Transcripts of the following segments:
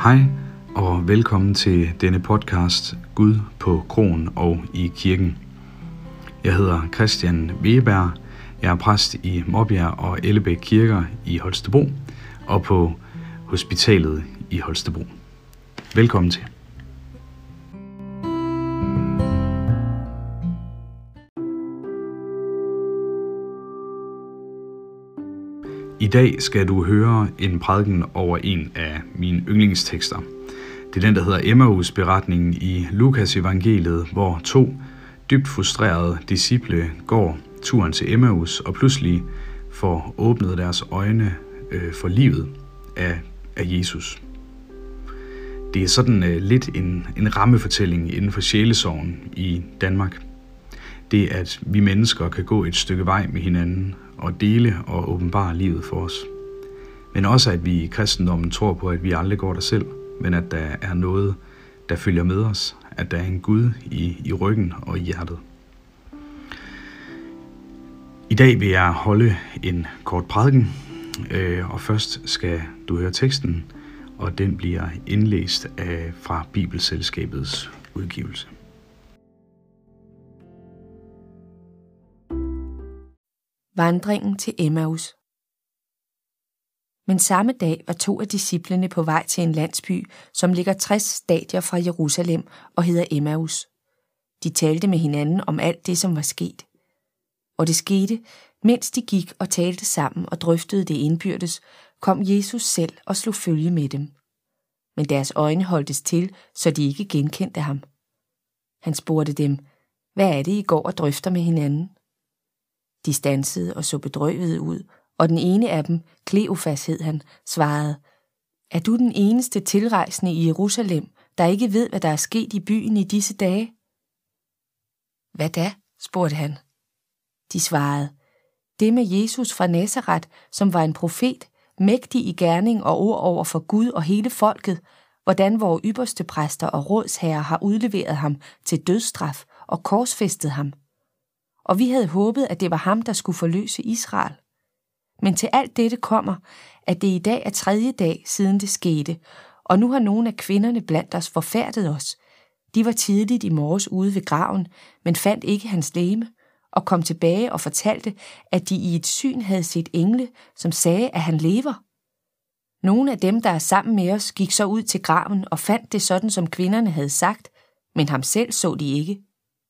Hej og velkommen til denne podcast Gud på kroen og i kirken. Jeg hedder Christian Wegeberg. Jeg er præst i Måbjerg og Ellebæk Kirker i Holstebro og på hospitalet i Holstebro. Velkommen til. I dag skal du høre en prædiken over en af mine yndlingstekster. Det er den, der hedder Emmaus-beretningen i Lukas evangeliet, hvor to dybt frustrerede disciple går turen til Emmaus og pludselig får åbnet deres øjne for livet af Jesus. Det er sådan lidt en rammefortælling inden for sjælesorgen i Danmark. Det, at vi mennesker kan gå et stykke vej med hinanden og dele og åbenbare livet for os. Men også, at vi i kristendommen tror på, at vi aldrig går der selv, men at der er noget, der følger med os. At der er en Gud i ryggen og i hjertet. I dag vil jeg holde en kort prædiken, og først skal du høre teksten, og den bliver indlæst fra Bibelselskabets udgivelse. Vandringen til Emmaus. Men samme dag var 2 af disciplene på vej til en landsby, som ligger 60 stadier fra Jerusalem og hedder Emmaus. De talte med hinanden om alt det, som var sket. Og det skete, mens de gik og talte sammen og drøftede det indbyrdes, kom Jesus selv og slog følge med dem. Men deres øjne holdtes til, så de ikke genkendte ham. Han spurgte dem, hvad er det, I går og drøfter med hinanden? De standsede og så bedrøvede ud, og den ene af dem, Kleofas hed han, svarede, er du den eneste tilrejsende i Jerusalem, der ikke ved, hvad der er sket i byen i disse dage? Hvad da? Spurgte han. De svarede, det med Jesus fra Nazaret, som var en profet, mægtig i gerning og ord over for Gud og hele folket, hvordan vore ypperste præster og rådsherrer har udleveret ham til dødsstraf og korsfæstet ham. Og vi havde håbet, at det var ham, der skulle forløse Israel. Men til alt dette kommer, at det i dag er 3. dag, siden det skete, og nu har nogle af kvinderne blandt os forfærdet os. De var tidligt i morges ude ved graven, men fandt ikke hans legeme, og kom tilbage og fortalte, at de i et syn havde set engle, som sagde, at han lever. Nogle af dem, der er sammen med os, gik så ud til graven og fandt det sådan, som kvinderne havde sagt, men ham selv så de ikke.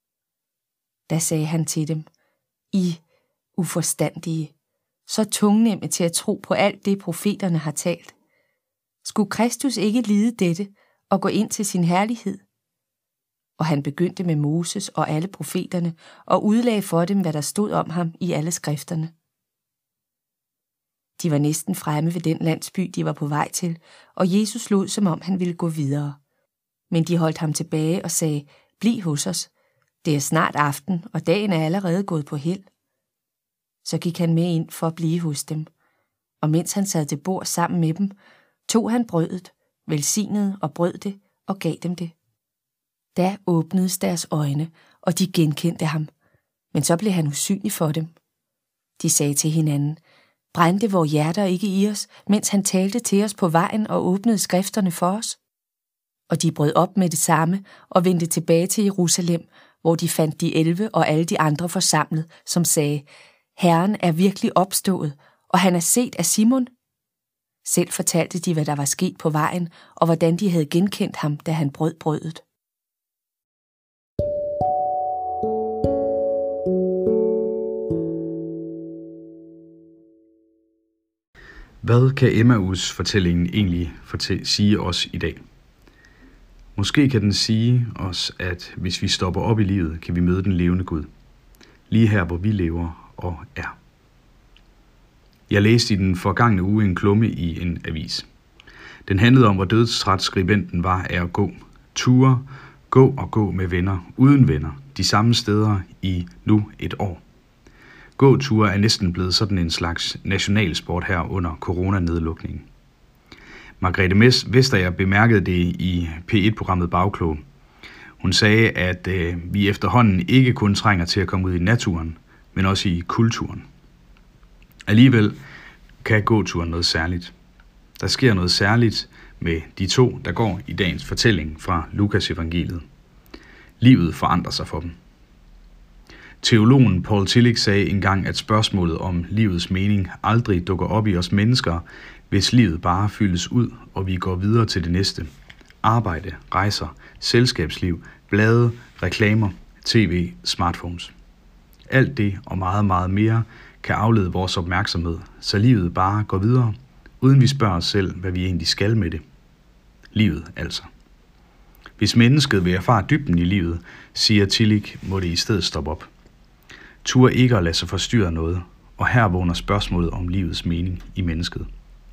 Da sagde han til dem, I uforstandige, så tungnemme til at tro på alt det, profeterne har talt. Skulle Kristus ikke lide dette og gå ind til sin herlighed? Og han begyndte med Moses og alle profeterne og udlagde for dem, hvad der stod om ham i alle skrifterne. De var næsten fremme ved den landsby, de var på vej til, og Jesus lod, som om han ville gå videre. Men de holdt ham tilbage og sagde, bliv hos os. Det er snart aften, og dagen er allerede gået på held. Så gik han med ind for at blive hos dem, og mens han sad til bord sammen med dem, tog han brødet, velsignede og brød det og gav dem det. Da åbnedes deres øjne, og de genkendte ham, men så blev han usynlig for dem. De sagde til hinanden, brændte vores hjerter ikke i os, mens han talte til os på vejen og åbnede skrifterne for os? Og de brød op med det samme og vendte tilbage til Jerusalem, hvor de fandt de 11 og alle de andre forsamlet, som sagde, Herren er virkelig opstået, og han er set af Simon. Selv fortalte de, hvad der var sket på vejen, og hvordan de havde genkendt ham, da han brød brødet. Hvad kan Emmaus-fortællingen egentlig sige os i dag? Måske kan den sige os, at hvis vi stopper op i livet, kan vi møde den levende Gud. Lige her, hvor vi lever og er. Jeg læste i den forgangne uge en klumme i en avis. Den handlede om, hvor dødstræt skribenten var af at gå. Ture, gå og gå med venner, uden venner, de samme steder i nu et år. Gåture er næsten blevet sådan en slags nationalsport her under coronanedlukningen. Margrethe Vestager bemærkede det i P1-programmet Bagklog. Hun sagde, at vi efterhånden ikke kun trænger til at komme ud i naturen, men også i kulturen. Alligevel kan gåturen noget særligt. Der sker noget særligt med de to, der går i dagens fortælling fra Lukas evangeliet. Livet forandrer sig for dem. Teologen Paul Tillich sagde engang, at spørgsmålet om livets mening aldrig dukker op i os mennesker, hvis livet bare fyldes ud, og vi går videre til det næste. Arbejde, rejser, selskabsliv, blade, reklamer, tv, smartphones. Alt det og meget, meget mere kan aflede vores opmærksomhed, så livet bare går videre, uden vi spørger os selv, hvad vi egentlig skal med det. Livet altså. Hvis mennesket vil erfare dybden i livet, siger Tillich, må det i stedet stoppe op. Tur ikke at lade sig forstyrre af noget, og her vågner spørgsmålet om livets mening i mennesket.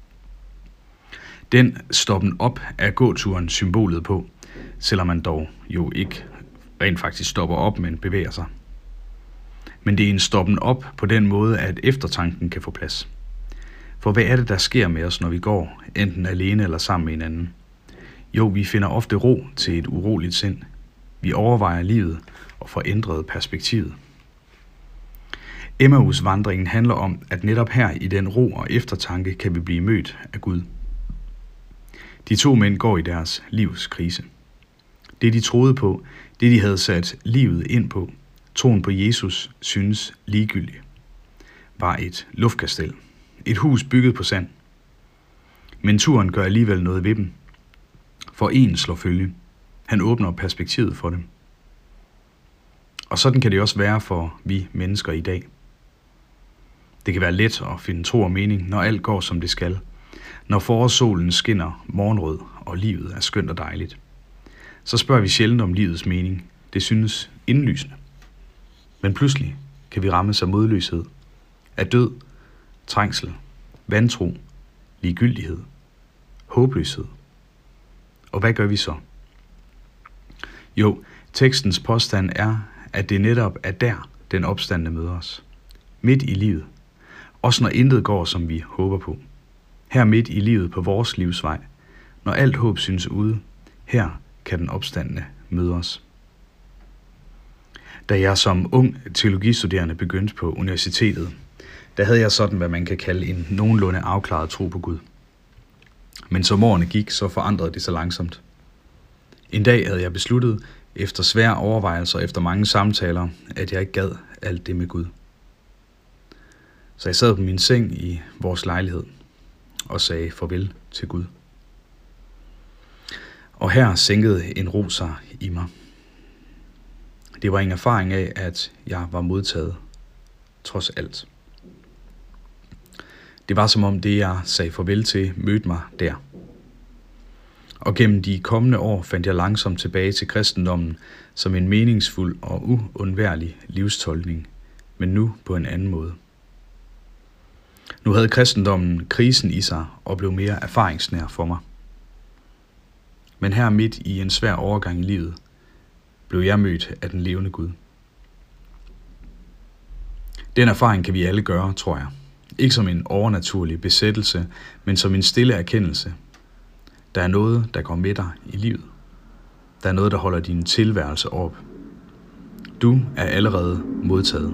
Den stoppen op er gåturen symbolet på, selvom man dog jo ikke rent faktisk stopper op, men bevæger sig. Men det er en stoppen op på den måde, at eftertanken kan få plads. For hvad er det, der sker med os, når vi går, enten alene eller sammen med hinanden? Jo, vi finder ofte ro til et uroligt sind. Vi overvejer livet og får ændret perspektivet. Emmaus-vandringen handler om, at netop her i den ro og eftertanke kan vi blive mødt af Gud. De to mænd går i deres livs krise. Det de troede på, det de havde sat livet ind på, troen på Jesus synes ligegyldigt, var et luftkastel, et hus bygget på sand. Men turen gør alligevel noget ved dem, for en slår følge. Han åbner perspektivet for dem. Og sådan kan det også være for vi mennesker i dag. Det kan være let at finde tro og mening, når alt går som det skal. Når forårssolen skinner morgenrød, og livet er skønt og dejligt. Så spørger vi sjældent om livets mening. Det synes indlysende. Men pludselig kan vi rammes af modløshed, af død, trængsel, vantro, ligegyldighed, håbløshed. Og hvad gør vi så? Jo, tekstens påstand er, at det netop er der, den opstandne møder os. Midt i livet. Også når intet går, som vi håber på. Her midt i livet på vores livsvej. Når alt håb synes ude, her kan den opstandne møde os. Da jeg som ung teologistuderende begyndte på universitetet, der havde jeg sådan, hvad man kan kalde en nogenlunde afklaret tro på Gud. Men som årene gik, så forandrede det sig langsomt. En dag havde jeg besluttet, efter svære overvejelser og efter mange samtaler, at jeg ikke gad alt det med Gud. Så jeg sad på min seng i vores lejlighed og sagde farvel til Gud. Og her sænkede en ro sig i mig. Det var en erfaring af, at jeg var modtaget, trods alt. Det var som om det, jeg sagde farvel til, mødte mig der. Og gennem de kommende år fandt jeg langsomt tilbage til kristendommen som en meningsfuld og uundværlig livstolkning, men nu på en anden måde. Nu havde kristendommen krisen i sig og blev mere erfaringsnær for mig. Men her midt i en svær overgang i livet, blev jeg mødt af den levende Gud. Den erfaring kan vi alle gøre, tror jeg. Ikke som en overnaturlig besættelse, men som en stille erkendelse. Der er noget, der går med dig i livet. Der er noget, der holder din tilværelse op. Du er allerede modtaget.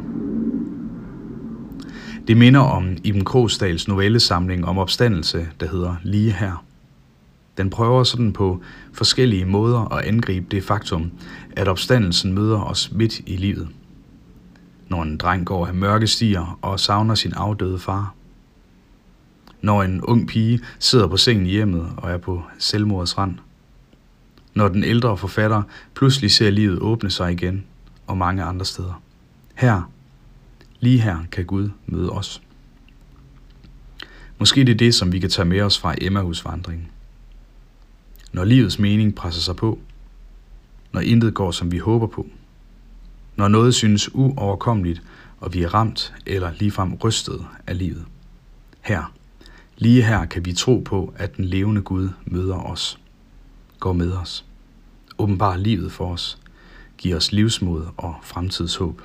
Det minder om Iben Krogsdals novellesamling om opstandelse, der hedder Lige her. Den prøver sådan på forskellige måder at angribe det faktum, at opstandelsen møder os midt i livet. Når en dreng går af mørke stier og savner sin afdøde far. Når en ung pige sidder på sengen i hjemmet og er på selvmordets rand. Når den ældre forfatter pludselig ser livet åbne sig igen og mange andre steder. Lige her kan Gud møde os. Måske det er det, som vi kan tage med os fra Emmaus-vandringen. Når livets mening presser sig på. Når intet går, som vi håber på. Når noget synes uoverkommeligt, og vi er ramt eller ligefrem rystet af livet. Lige her kan vi tro på, at den levende Gud møder os. Går med os. Åbenbar livet for os. Giver os livsmod og fremtidshåb.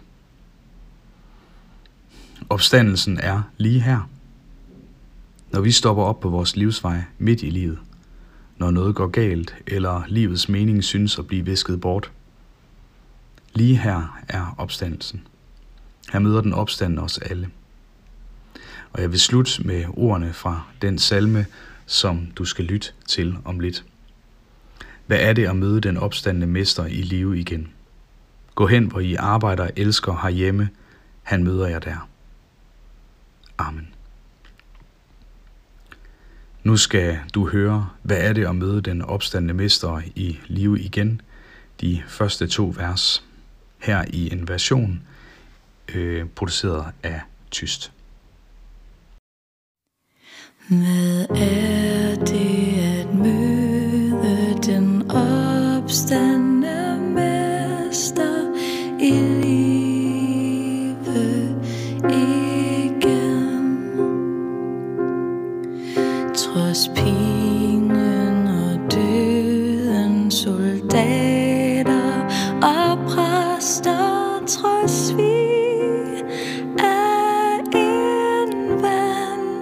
Opstandelsen er lige her. Når vi stopper op på vores livsvej midt i livet. Når noget går galt, eller livets mening synes at blive visket bort. Lige her er opstandelsen. Her møder den opstandne os alle. Og jeg vil slutte med ordene fra den salme, som du skal lytte til om lidt. Hvad er det at møde den opstandne mester i live igen? Gå hen, hvor I arbejder og elsker herhjemme. Han møder jer der. Amen. Nu skal du høre, hvad er det at møde den opstandne mester i live igen? De første 2 vers her i en version produceret af Tyst. Hvad er det at møde den opstandne mester i live igen? Trods pinen og døden, soldater og præster, trods svig af en ven.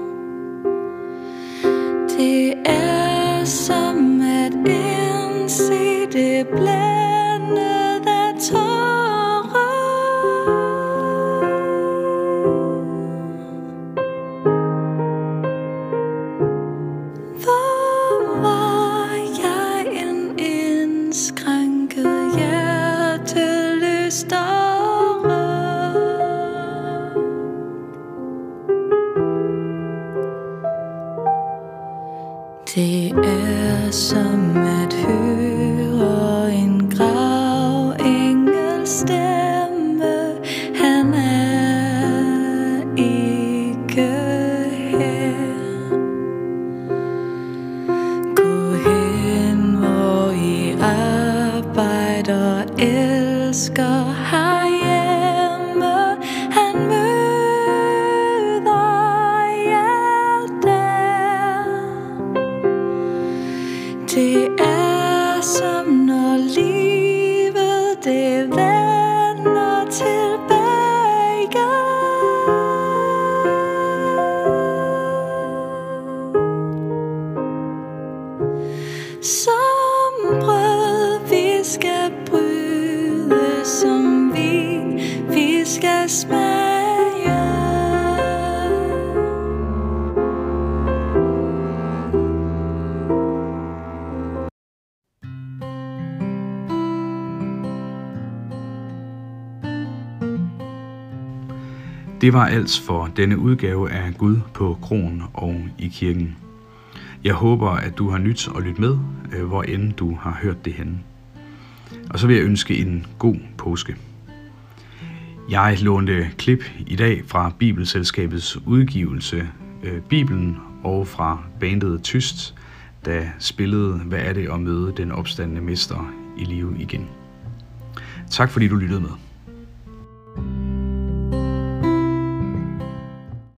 Det er som at indse det blændet af tårer. Hvor var jeg en indskrænket hjerteløs dåre? Det er som at høre en gravengels stemme. Han er ikke her. Gå hen, hvor I arbejder og elsker herhjemme. Han møder jer der. Det er som når livet det vender tilbage. Som brød vi skal bryde, som vin vi skal smage. Det var alt for denne udgave af Gud på kroen og i kirken. Jeg håber, at du har nydt at lytte med, hvor end du har hørt det henne. Og så vil jeg ønske en god påske. Jeg lånte klip i dag fra Bibelselskabets udgivelse Bibelen og fra bandet Tyst, der spillede Hvad er det at møde den opstandne mester i live igen. Tak fordi du lyttede med.